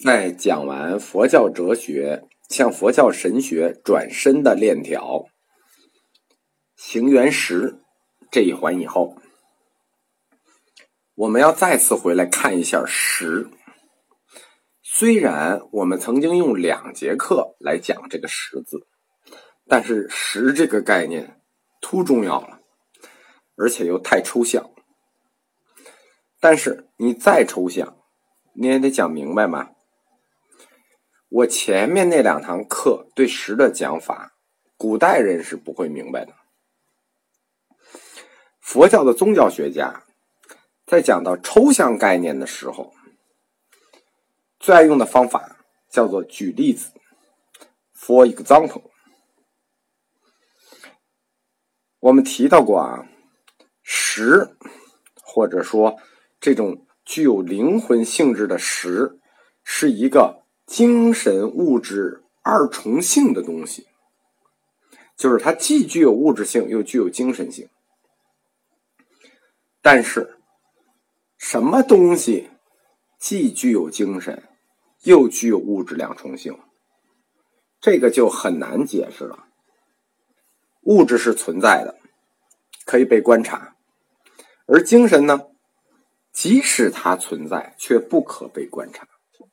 在讲完佛教哲学向佛教神学转身的链条行缘识这一环以后，我们要再次回来看一下识。虽然我们曾经用2节课来讲这个识字，但是识这个概念忒重要了，而且又太抽象。但是你再抽象，你也得讲明白嘛。我前面那2堂课对识的讲法，古代人是不会明白的。佛教的宗教学家在讲到抽象概念的时候，最爱用的方法叫做举例子 for example。 我们提到过啊，识或者说这种具有灵魂性质的识是一个精神物质2重性的东西，就是它既具有物质性又具有精神性。但是什么东西既具有精神又具有物质2重性？这个就很难解释了。物质是存在的，可以被观察，而精神呢，即使它存在却不可被观察。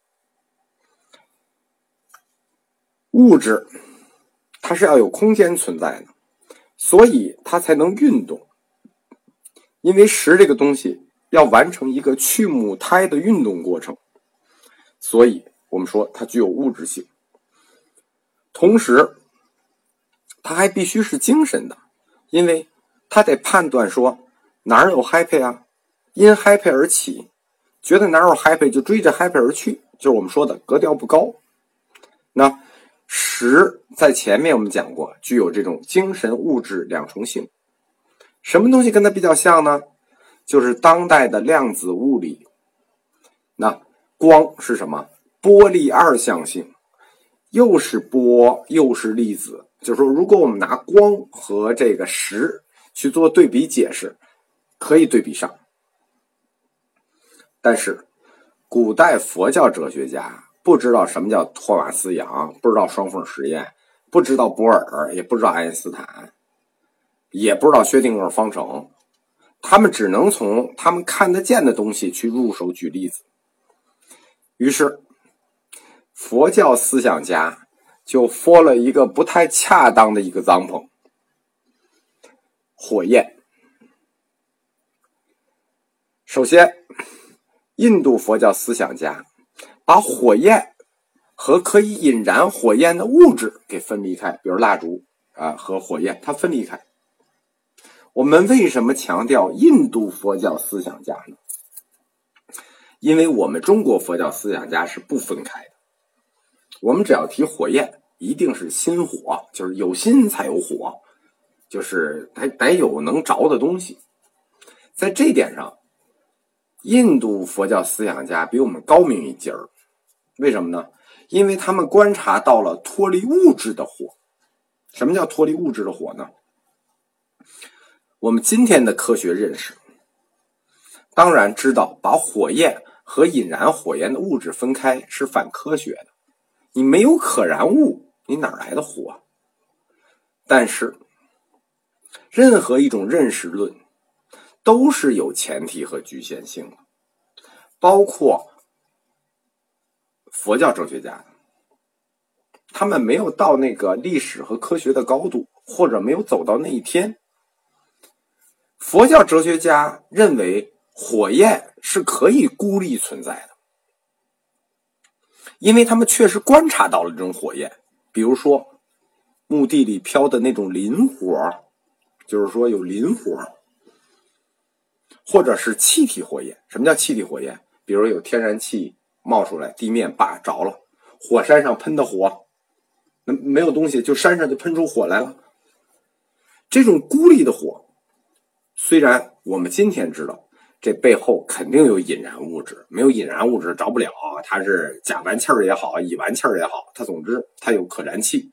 物质它是要有空间存在的，所以它才能运动。因为识这个东西要完成一个去母胎的运动过程，所以我们说它具有物质性。同时它还必须是精神的，因为它得判断说哪儿有 happy 啊，因 happy 而起，觉得哪儿有 happy 就追着 happy 而去，就是我们说的格调不高。那识在前面我们讲过，具有这种精神物质2重性。什么东西跟它比较像呢？就是当代的量子物理。那光是什么？波粒2象性，又是波又是粒子。就是说，如果我们拿光和这个识去做对比解释，可以对比上。但是古代佛教哲学家不知道什么叫托马斯杨，不知道双缝实验，不知道波尔，也不知道爱因斯坦，也不知道薛定谔方程，他们只能从他们看得见的东西去入手举例子。于是佛教思想家就 for 了一个不太恰当的一个example，火焰。首先，印度佛教思想家把火焰和可以引燃火焰的物质给分离开，比如蜡烛和火焰，它分离开。我们为什么强调印度佛教思想家呢？因为我们中国佛教思想家是不分开的。我们只要提火焰，一定是心火，就是有心才有火，就是得有能着的东西。在这点上，印度佛教思想家比我们高明一截儿。为什么呢？因为他们观察到了脱离物质的火。什么叫脱离物质的火呢？我们今天的科学认识当然知道把火焰和引燃火焰的物质分开是反科学的，你没有可燃物，你哪来的火？但是任何一种认识论都是有前提和局限性的，包括佛教哲学家，他们没有到那个历史和科学的高度，或者没有走到那一天。佛教哲学家认为火焰是可以孤立存在的，因为他们确实观察到了这种火焰。比如说墓地里飘的那种磷火，就是说有磷火，或者是气体火焰。什么叫气体火焰？比如有天然气冒出来，地面着了，火山上喷的火，那没有东西，就山上就喷出火来了。这种孤立的火，虽然我们今天知道这背后肯定有引燃物质，没有引燃物质着不了，它是甲烷气儿也好，乙烷气儿也好，它总之它有可燃气。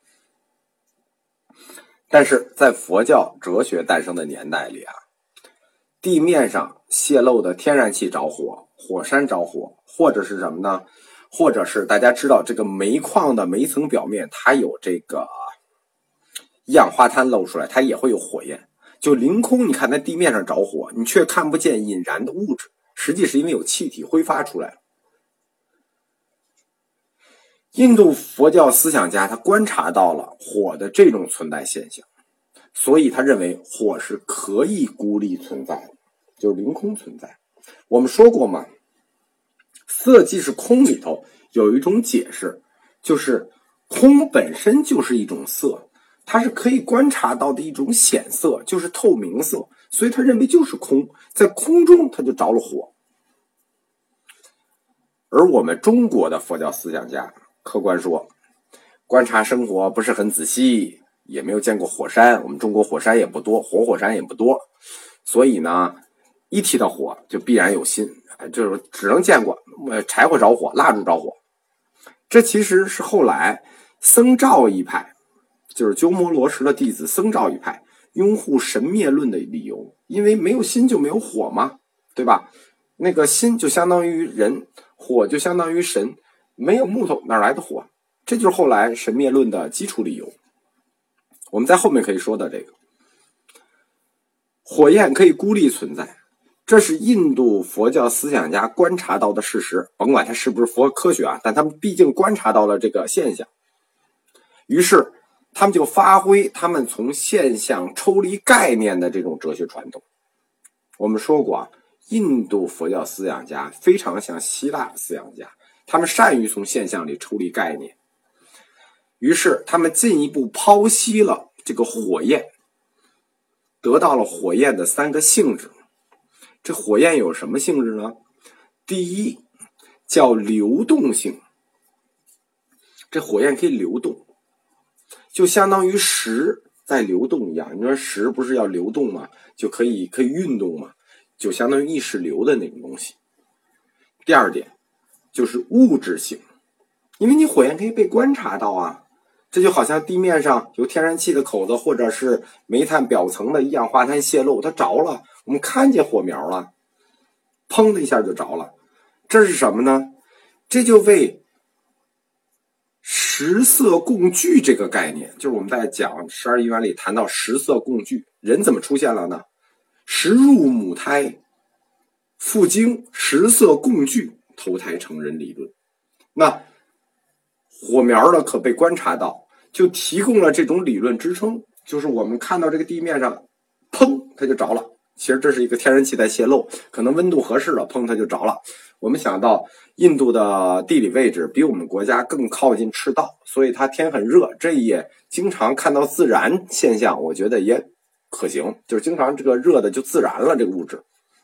但是在佛教哲学诞生的年代里地面上泄漏的天然气着火，火山着火，或者是什么呢？ 或者是大家知道这个煤矿的煤层表面它有这个一氧化碳漏出来，它也会有火焰。就凌空你看在地面上着火，你却看不见引燃的物质，实际是因为有气体挥发出来了。印度佛教思想家他观察到了火的这种存在现象，所以他认为火是可以孤立存在的，就是凌空存在。我们说过嘛，色即是空里头有一种解释，就是空本身就是一种色，它是可以观察到的一种显色，就是透明色，所以他认为就是空，在空中他就着了火。而我们中国的佛教思想家客观说，观察生活不是很仔细，也没有见过火山，我们中国火山也不多，活火山也不多，所以呢一提到火就必然有心，就是只能见过柴火着火，蜡烛着火。这其实是后来僧肇一派，就是鸠摩罗什的弟子僧肇一派拥护神灭论的理由，因为没有心就没有火嘛，对吧？那个心就相当于人，火就相当于神，没有木头哪来的火？这就是后来神灭论的基础理由。我们在后面可以说到这个火焰可以孤立存在，这是印度佛教思想家观察到的事实，甭管它是不是佛科学啊，但他们毕竟观察到了这个现象，于是他们就发挥他们从现象抽离概念的这种哲学传统。我们说过啊，印度佛教思想家非常像希腊思想家，他们善于从现象里抽离概念，于是他们进一步剖析了这个火焰，得到了火焰的3个性质。这火焰有什么性质呢？第一叫流动性，这火焰可以流动，就相当于石在流动一样。你说石不是要流动吗？就可以运动吗？就相当于意识流的那种东西。第二点就是物质性，因为你火焰可以被观察到啊，这就好像地面上有天然气的口子，或者是煤炭表层的一氧化碳泄漏，它着了，我们看见火苗了，砰的一下就着了。这是什么呢？这就为食色共具这个概念，就是我们在讲12因缘里谈到食色共具，人怎么出现了呢？食入母胎，父精，食色共具，投胎成人理论。那火苗呢可被观察到，就提供了这种理论支撑，就是我们看到这个地面上砰它就着了，其实这是一个天然气在泄漏，可能温度合适了，砰它就着了。我们想到印度的地理位置比我们国家更靠近赤道，所以它天很热，这也经常看到自然现象，我觉得也可行，就是经常这个热的就自燃了，这个物质。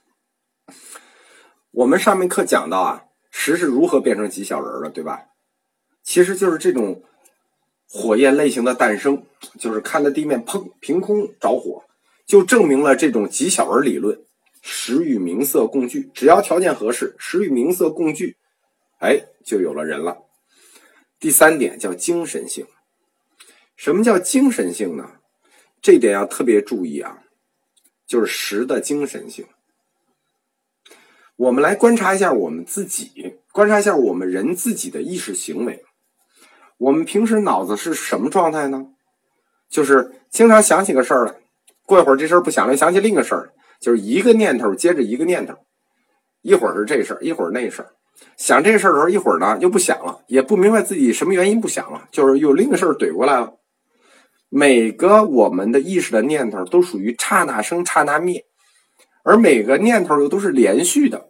我们上面课讲到啊，石是如何变成极小人的，对吧？其实就是这种火焰类型的诞生，就是看到地面砰凭空着火，就证明了这种极小人理论，识与名色共具，只要条件合适，识与名色共具，就有了人了。第3点叫精神性。什么叫精神性呢？这点要特别注意啊，就是识的精神性。我们来观察一下我们自己，观察一下我们人自己的意识行为。我们平时脑子是什么状态呢？就是经常想起个事儿来，过一会儿这事儿不想了，想起另一个事儿，就是一个念头接着一个念头，一会儿是这事儿，一会儿那事儿。想这事儿的时候，一会儿呢又不想了，也不明白自己什么原因不想了，就是有另一个事儿怼过来了。每个我们的意识的念头都属于刹那生刹那灭，而每个念头又都是连续的。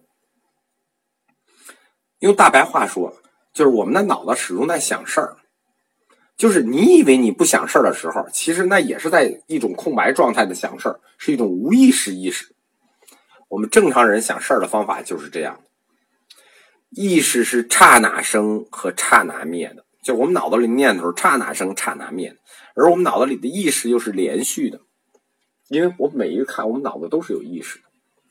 用大白话说，就是我们的脑子始终在想事儿，就是你以为你不想事儿的时候，其实那也是在一种空白状态的想事儿，是一种无意识意识。我们正常人想事儿的方法就是这样，意识是刹那生和刹那灭的，就我们脑子里的念头刹那生刹那灭的，而我们脑子里的意识又是连续的，因为我每一个看我们脑子都是有意识的。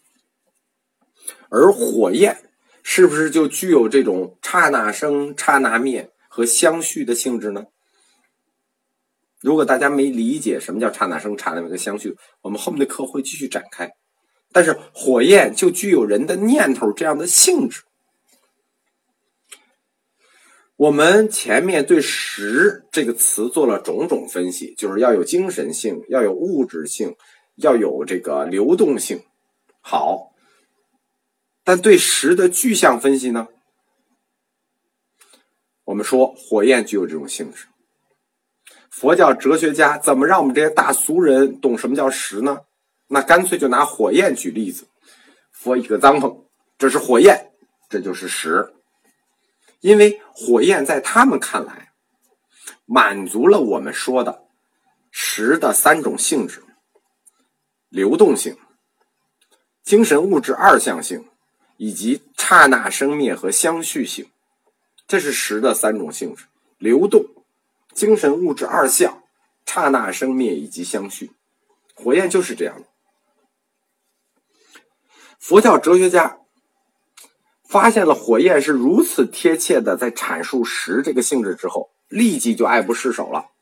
而火焰是不是就具有这种刹那生刹那灭和相续的性质呢？如果大家没理解什么叫刹那生刹那灭和相续，我们后面的课会继续展开。但是火焰就具有人的念头这样的性质。 我们前面对实这个词做了种种分析，就是要有精神性，要有物质性，要有这个流动性。好，但对实的具象分析呢？我们说火焰具有这种性质。佛教哲学家怎么让我们这些大俗人懂什么叫实呢？那干脆就拿火焰举例子。佛一个脏棚，这是火焰，这就是实。因为火焰在他们看来满足了我们说的实的三种性质：流动性、精神物质二象性以及刹那生灭和相续性。这是实的三种性质：流动、精神物质二象、刹那生灭以及相续。火焰就是这样的。佛教哲学家发现了火焰是如此贴切的在阐述实这个性质之后，立即就爱不释手了。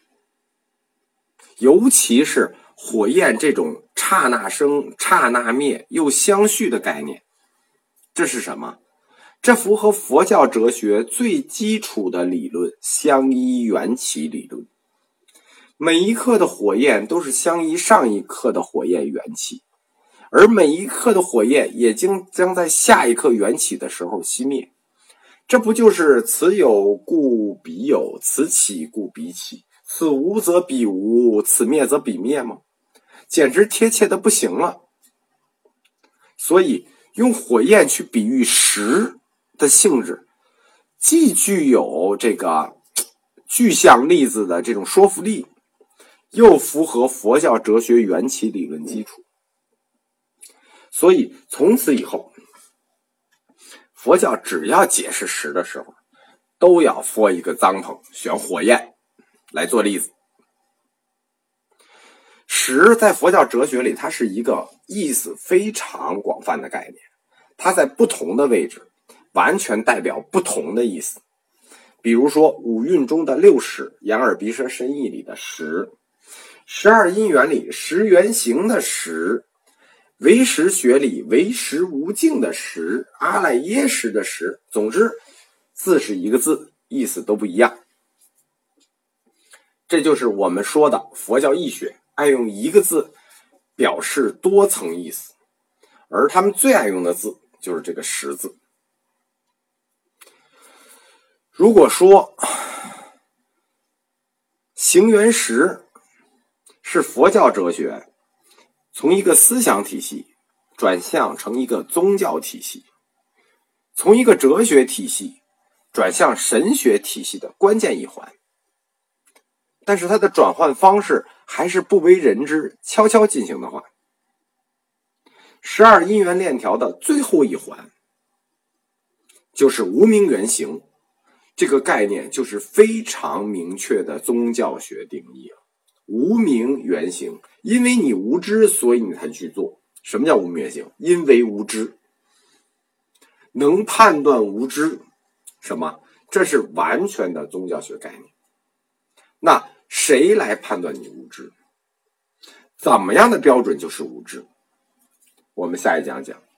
尤其是火焰这种刹那生、刹那灭又相续的概念，这是什么？这符合佛教哲学最基础的理论——相依缘起理论。每一刻的火焰都是相依上一刻的火焰缘起，而每一刻的火焰也将在下一刻缘起的时候熄灭。这不就是此有故彼有，此起故彼起，此无则彼无，此灭则彼灭吗？简直贴切的不行了。所以用火焰去比喻实的性质，既具有这个具象例子的这种说服力，又符合佛教哲学缘起理论基础。所以从此以后，佛教只要解释实的时候，都要佛一个脏棚，选火焰来做例子。实在佛教哲学里，它是一个意思非常广泛的概念，它在不同的位置完全代表不同的意思。比如说五蕴中的六识，眼耳鼻舌身意里的识，十二因缘里十缘行的识，唯识学里唯识无境的识，阿赖耶识的识。总之字是一个字，意思都不一样。这就是我们说的佛教义学爱用一个字表示多层意思，而他们最爱用的字就是这个识字。如果说行缘识是佛教哲学从一个思想体系转向成一个宗教体系，从一个哲学体系转向神学体系的关键一环，但是它的转换方式还是不为人知，悄悄进行的话，十二因缘链条的最后一环就是无明缘行，这个概念就是非常明确的宗教学定义了。无明缘行，因为你无知，所以你才去做。什么叫无明缘行？因为无知。能判断无知，什么？这是完全的宗教学概念。那谁来判断你无知？怎么样的标准就是无知？我们下一讲讲。